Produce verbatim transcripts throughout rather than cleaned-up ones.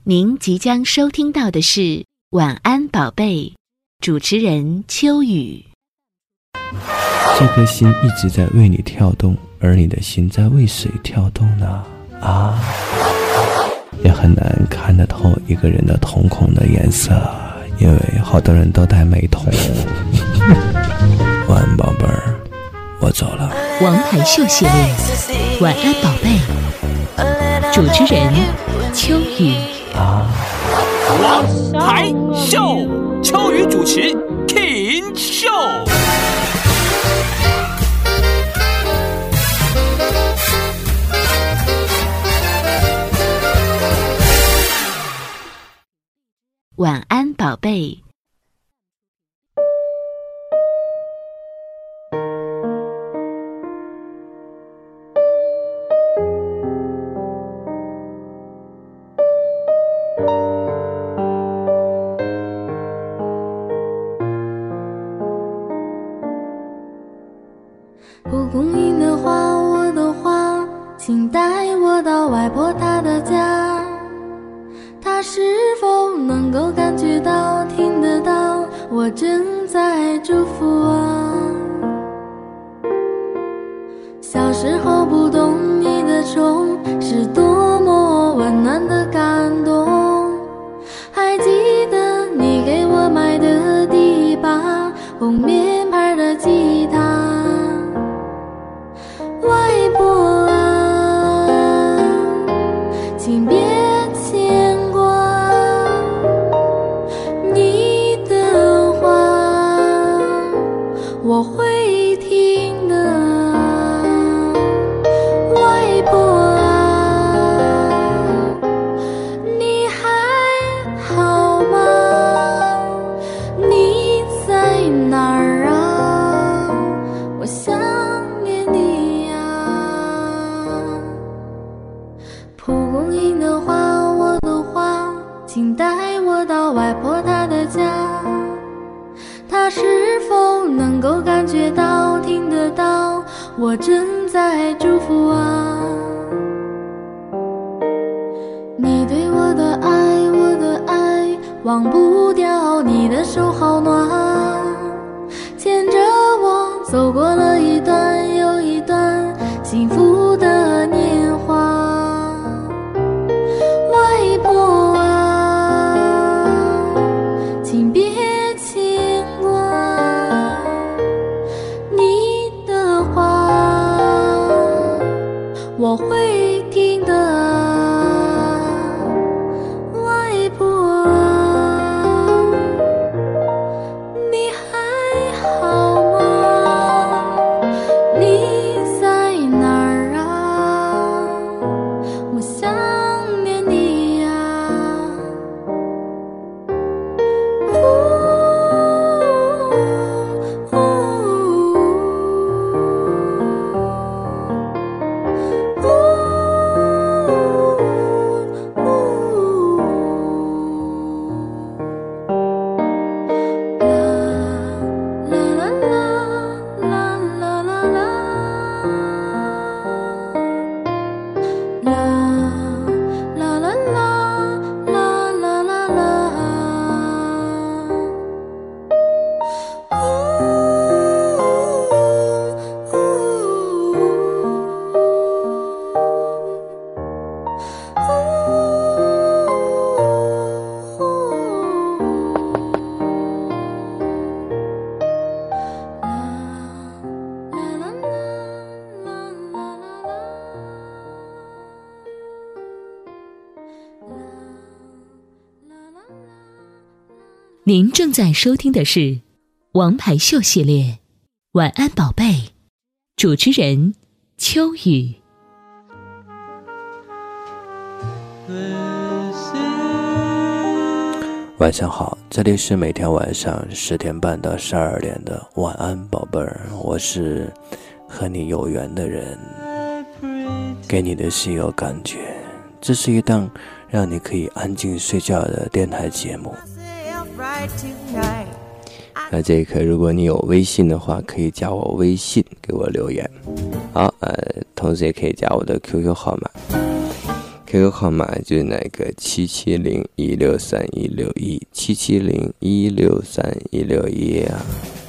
您即将收听到的是晚安宝贝，主持人秋雨。 这颗心一直在为你跳动，而你的心在为谁跳动呢？啊，也很难看得透一个人的瞳孔的颜色，因为好多人都戴美瞳。晚安宝贝儿，我走了。 王牌秀系列，晚安宝贝，主持人秋雨。 啊， 王牌秀，秋雨主持 King Show。 晚安宝贝。 蒲公英的花，我的花，请带我到外婆她的家。她是否能够感觉到、听得到我正在祝福啊？小时候不懂你的宠是多么温暖的感动，还记得你给我买的第一把红面牌的吉他。外婆啊，请别牵挂，你的话我会听的。外婆啊，你还好吗？你在哪儿啊？我想念你呀。蒲公英的花，我的花，请带我到外婆她的家。她是否能够感觉到、听得到我正在祝福啊？你对我的爱，我的爱，忘不掉你的手好暖，牵着我走过了一段又一段幸福的年华。外婆啊，请别牵挂，你的话我会听的。外婆啊，你还好吗？你在哪儿啊？我想念你呀。 您正在收听的是《王牌秀》系列，晚安宝贝，主持人秋雨。 晚上好，这里是每天晚上十点半到十二点的晚安宝贝儿，我是和你有缘的人，给你的是有感觉。这是一档让你可以安静睡觉的电台节目。那这一刻，如果你有微信的话，可以加我微信给我留言。好，呃，同时也可以加我的 Q Q 号码。 Q Q 号码就是那个七七零一六三一六一七七零一六三一六一啊。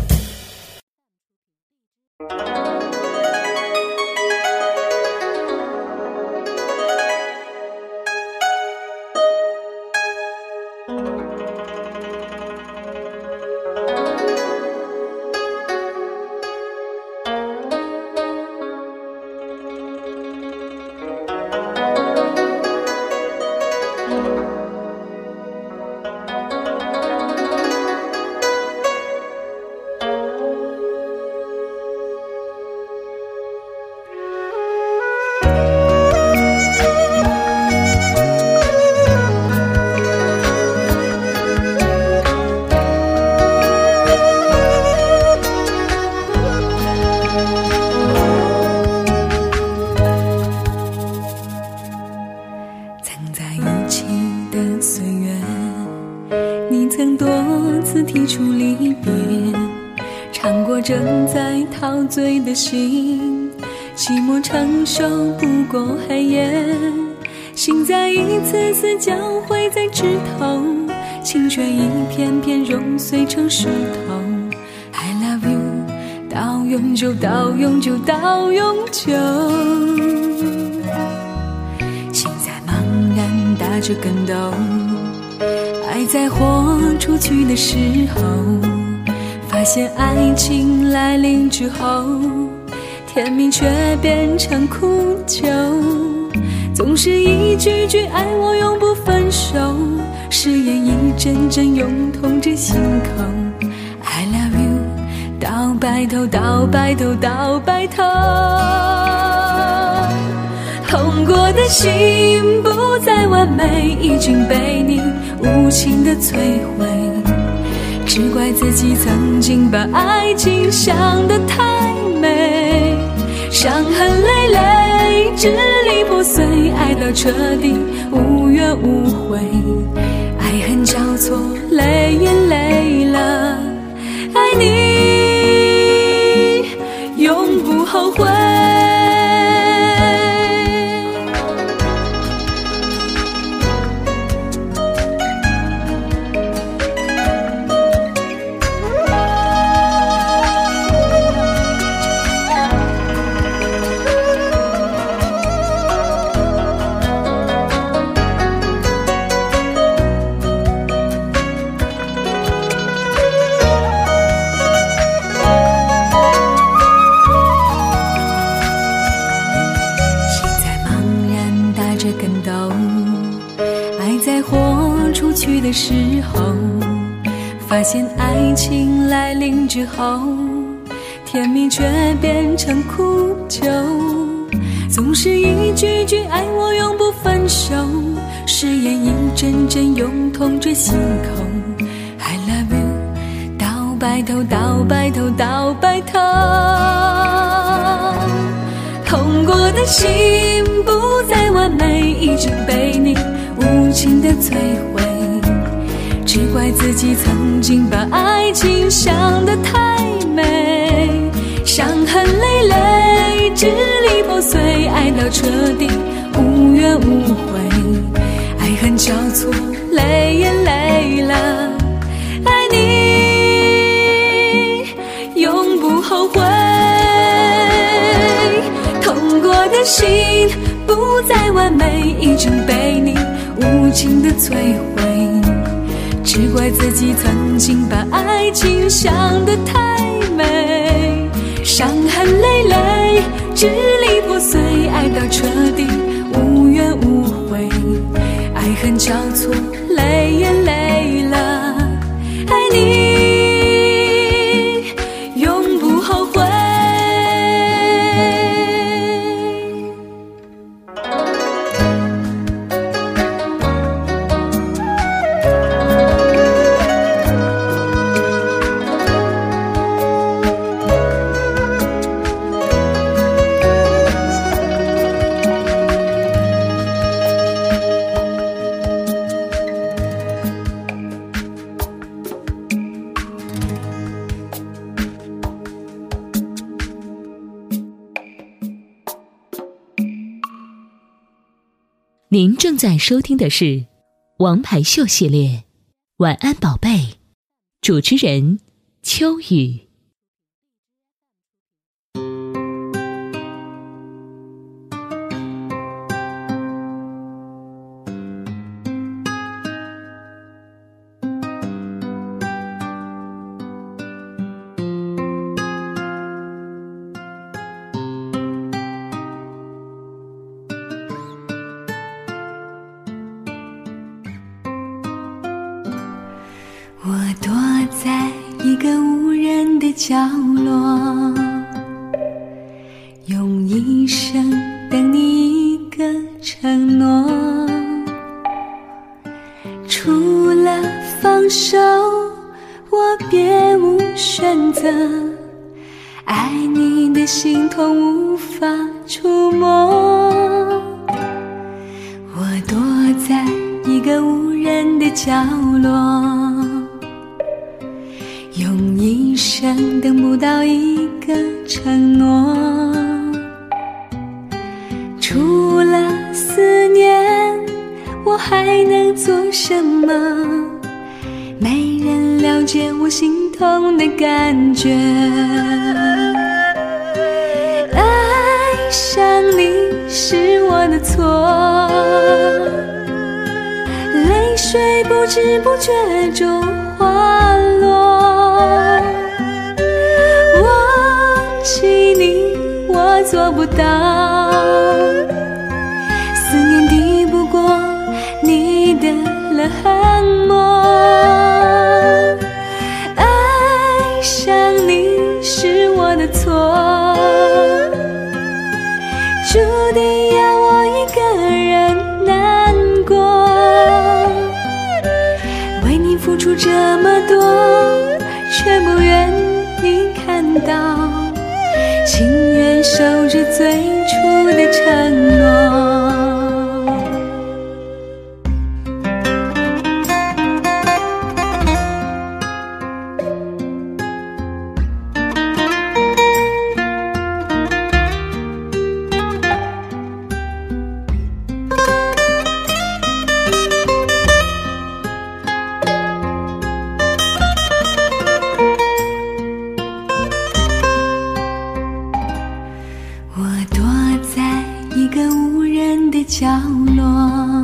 正在陶醉的心，寂寞承受不过黑夜，心在一次次交汇在枝头，情却一片片融碎成石头。 I love you 到永久，到永久，到永久。心在茫然打着跟斗，爱在豁出去的时候，发现爱情来临之后，甜蜜却变成苦酒。总是一句句爱我永不分手，誓言一阵阵涌痛着心口。 I love you 到白头，到白头，到白头。痛过的心不再完美，已经被你无情的摧毁。只怪自己曾经把爱情想得太美，伤痕累累，支离破碎，爱到彻底无怨无悔，爱恨交错，泪也累了，爱你永不后悔。的时候，发现爱情来临之后，甜蜜却变成苦酒。总是一句句爱我永不分手，誓言一阵阵涌痛着心口。I love you 到白头，到白头，到白头。痛过的心不再完美，已经被你无情的摧毁。只怪自己曾经把爱情想得太美，伤痕累累，支离破碎，爱到彻底无怨无悔，爱恨交错，泪也累了，爱你永不后悔。痛过的心不再完美，已经被你无情的摧毁。只怪自己曾经把爱情想得太美，伤痕累累，支离破碎，爱到彻底无怨无悔，爱恨交错，泪也累了，爱你永不后悔。 您正在收听的是《王牌秀》系列，晚安宝贝，主持人秋雨。 我躲在一个无人的角落，用一生等你一个承诺，除了放手我别无选择，爱你的心痛无法触摸。我躲在一个无人的角落，用一生等不到一个承诺，除了思念我还能做什么？没人了解我心痛的感觉，爱上你是我的错，泪水不知不觉中滑落，忘记你我做不到，思念抵不过你的冷漠，爱上你是我的错，注定要我一个人难过，为你付出这么多，却不愿你看到，情愿守着最初的承诺。角落，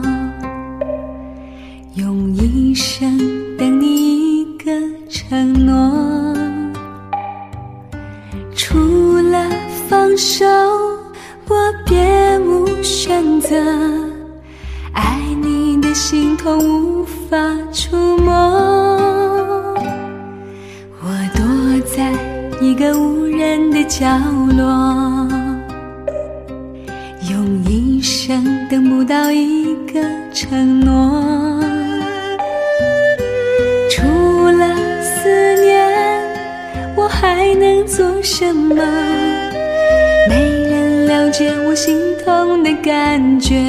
用一生等你一个承诺，除了放手我别无选择，爱你的心痛无法触摸，我躲在一个无人的角落，用一生等不到一个承诺，除了思念我还能做什么？没人了解我心痛的感觉，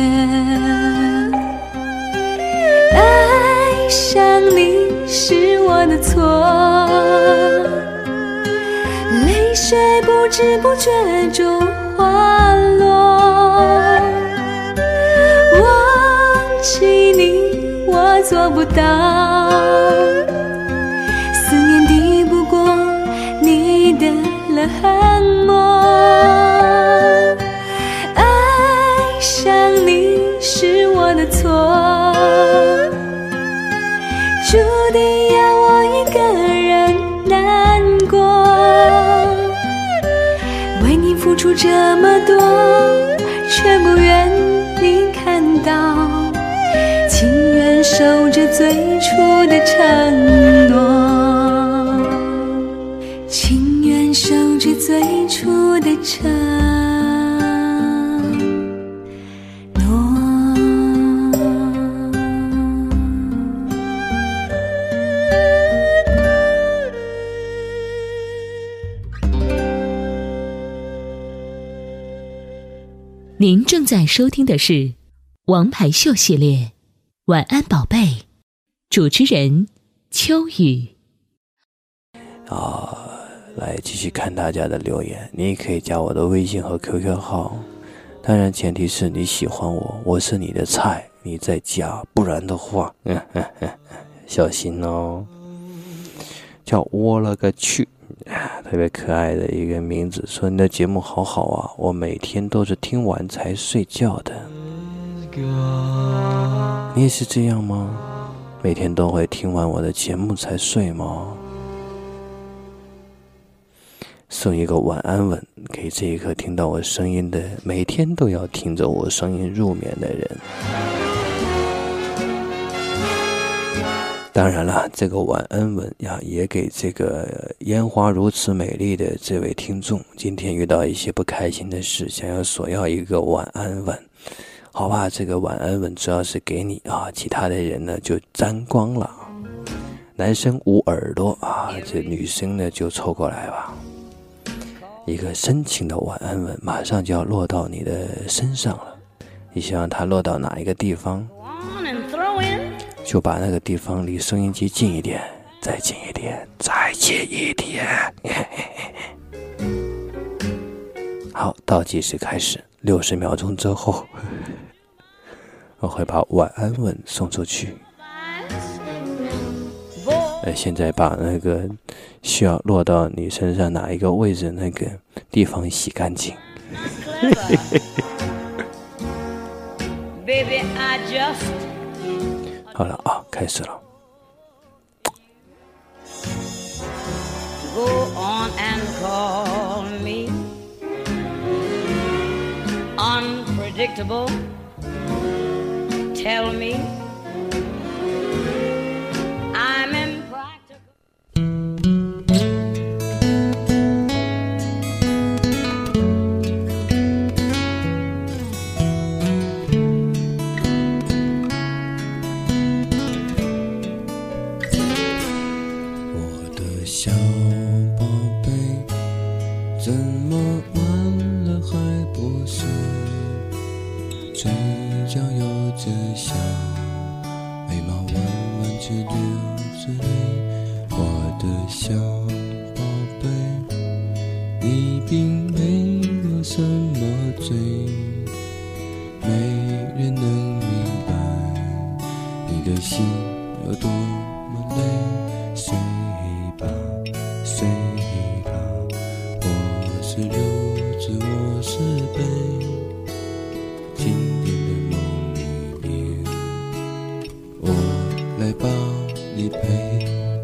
爱上你是我的错，泪水不知不觉中滑落，忘记你我做不到，思念抵不过你的冷漠，爱上你是我的错，注定要我一个人难过，为你付出这么多，却不愿你看到，情愿守着最初的承诺，情愿守着最初的承诺。 您正在收听的是《王牌秀》系列，晚安宝贝，主持人秋雨。 啊，来继续看大家的留言，你也可以加我的微信和 Q Q 号， 当然前提是你喜欢我，我是你的菜，你在家，不然的话呵呵呵小心哦。叫我了个去，特别可爱的一个名字，说你的节目好好啊，我每天都是听完才睡觉的。你也是这样吗？每天都会听完我的节目才睡吗？送一个晚安吻给这一刻听到我声音的，每天都要听着我声音入眠的人。当然了，这个晚安吻呀，也给这个烟花如此美丽的这位听众，今天遇到一些不开心的事，想要索要一个晚安吻。好吧，这个晚安吻主要是给你啊，其他的人呢就沾光了。男生捂耳朵啊，这女生呢就凑过来吧。一个深情的晚安吻马上就要落到你的身上了，你希望它落到哪一个地方，就把那个地方离收音机近一点，再近一点，再近一点。好，倒计时开始，六十秒钟之后我会把晚安吻送出去。呃，现在把那个需要落到你身上哪一个位置那个地方洗干净。好了啊，开始了。 Go on and call me unpredictable. Tell me I'm impractical. 我的小宝贝，怎么晚了还不睡？嘴角有着笑，眉毛弯弯却流着泪。我的小宝贝，你并没有什么罪，没人能明白你的心有多么累。睡吧，睡吧，我是柚子，我是杯，今天的梦里面，我来帮你陪。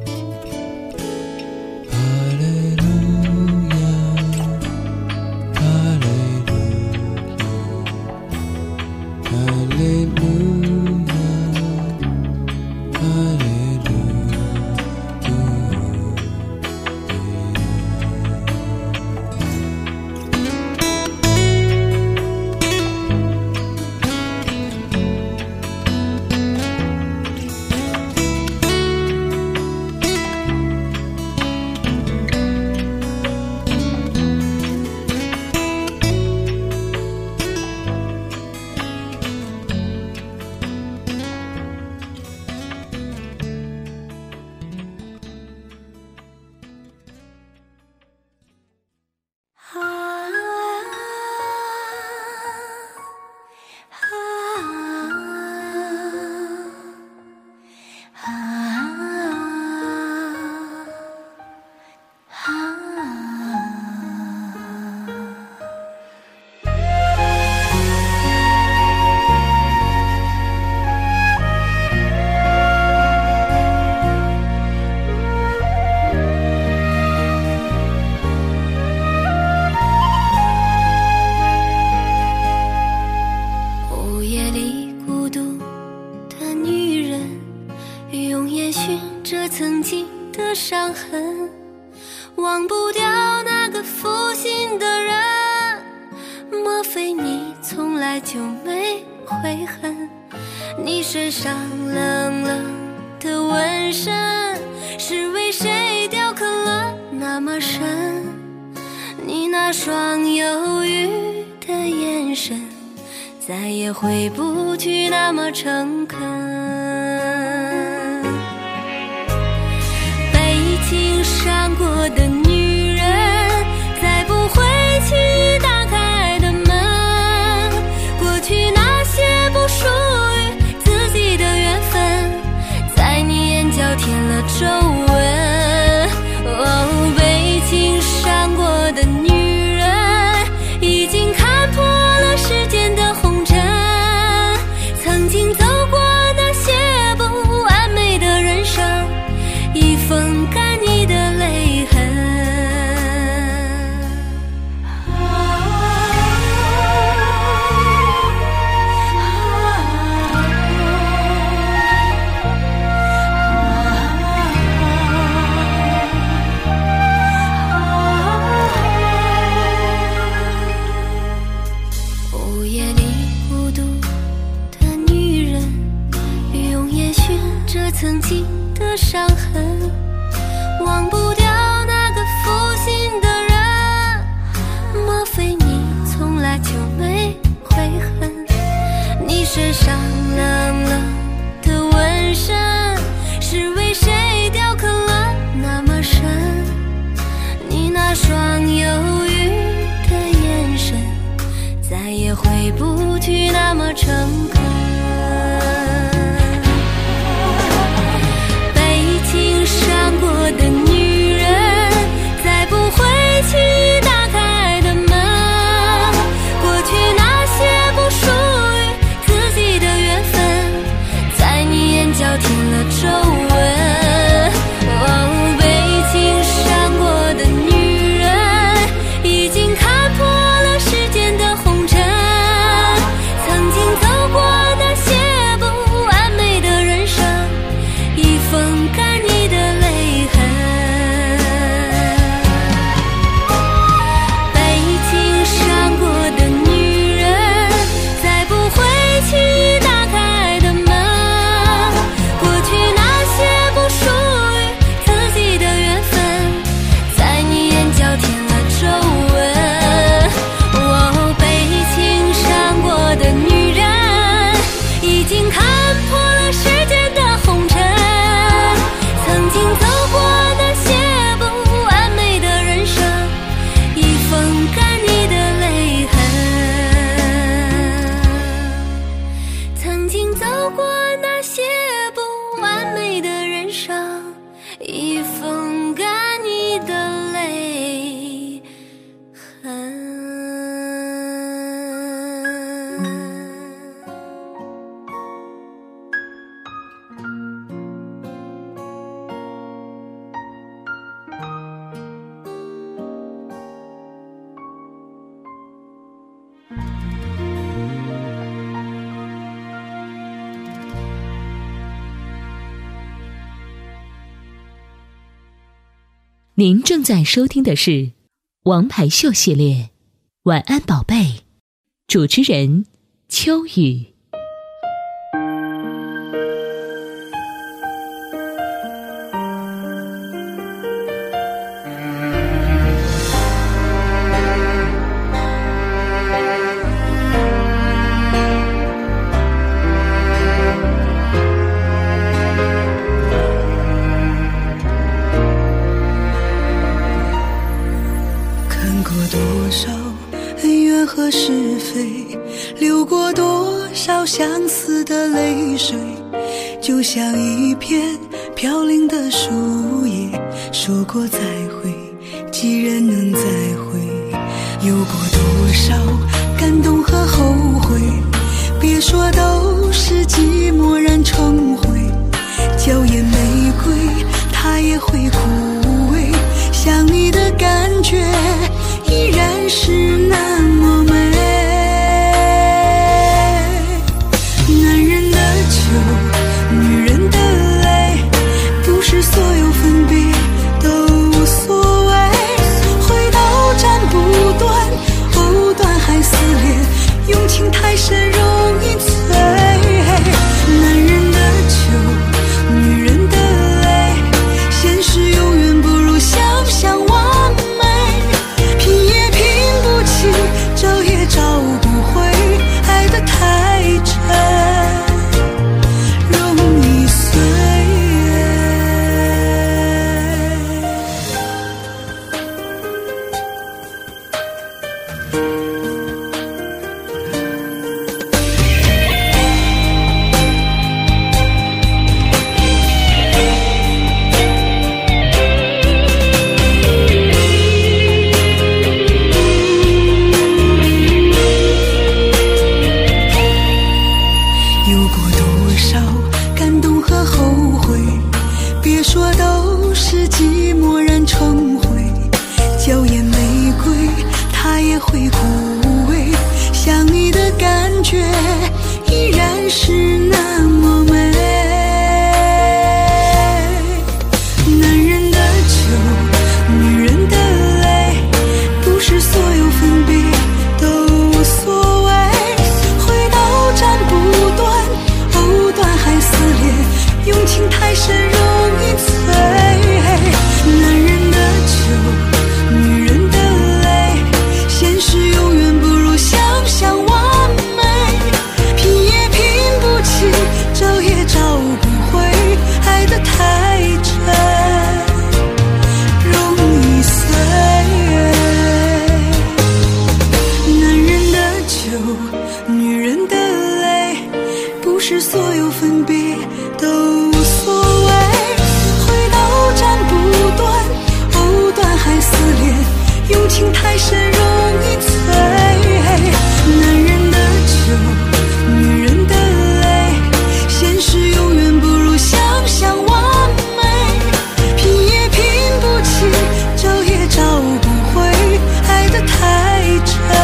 哈利路亚，哈利路亚，哈利路亚，哈利路亚。 伤痕，忘不掉那个负心的人，莫非你从来就没悔恨？你身上冷冷的纹身，是为谁雕刻了那么深？你那双忧郁的眼神，再也回不去那么诚恳。被情伤过的女人，再不会去打开的门， 皱纹。哦，被情伤过的女人，已经看破了世间的红尘。曾经走过那些不完美的人生，已风干你的泪痕。午夜里孤独的女人，用烟熏着曾经的伤痕，忘不掉那个负心的人。莫非你从来就没悔恨？你身上冷冷的纹身，是为谁雕刻了那么深？你那双忧郁的眼神，再也回不去那么诚恳。被情伤过的女人，再不会轻易打开的门。过去那些不属于自己的缘分，在你眼角添了皱纹。哦，被情伤过的女人，已经看破了世间的红尘。曾经走过那些不完美的人生，已风干你的泪痕。被情伤过的女人，再不会轻易打开的门。过去那些不属于自己的缘分，在你眼角添了皱纹。哦，被情伤过的女人，已经看破了世间的红尘。曾经走过那些不完美的人生，已风干你的泪痕。曾经走过那些不完美的人生，已风干你的泪痕。 您正在收听的是《王牌秀》系列《晚安宝贝》，主持人秋雨。 和是非，流过多少相思的泪水，就像一片飘零的树叶，说过再会，既然能再会，有过多少感动和后悔，别说都是寂寞染成灰，娇艳玫瑰它也会枯萎，想你的感觉依然是那么美。男人的酒，女人的泪，不是所有分别都无所谓，回到斩不断，藕断还丝连，用情太深容易醉。男人的酒，女人的泪，现实永远不如想象完美，拼也拼不起这都是寂寞燃成灰，娇艳玫瑰它也会枯萎，想你的感觉依然是那么美。男人的酒，女人的泪，不是所有分别都无所谓，回到斩不断，藕断还撕裂，用情太深容易醉。男人的酒，女人的泪，现实永远不如想象完美，拼也拼不起，找也找不回，爱得太真，容易碎。男人的酒，女人的泪，不是所有分别都无所谓，回到斩不断，藕断还撕裂，用情太深容易醉。男人的酒，女人的泪，现实永远不如想象完美，拼也拼不起，找也找不回，爱得太真，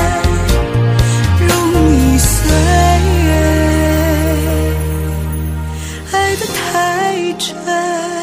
容易碎，爱得太真。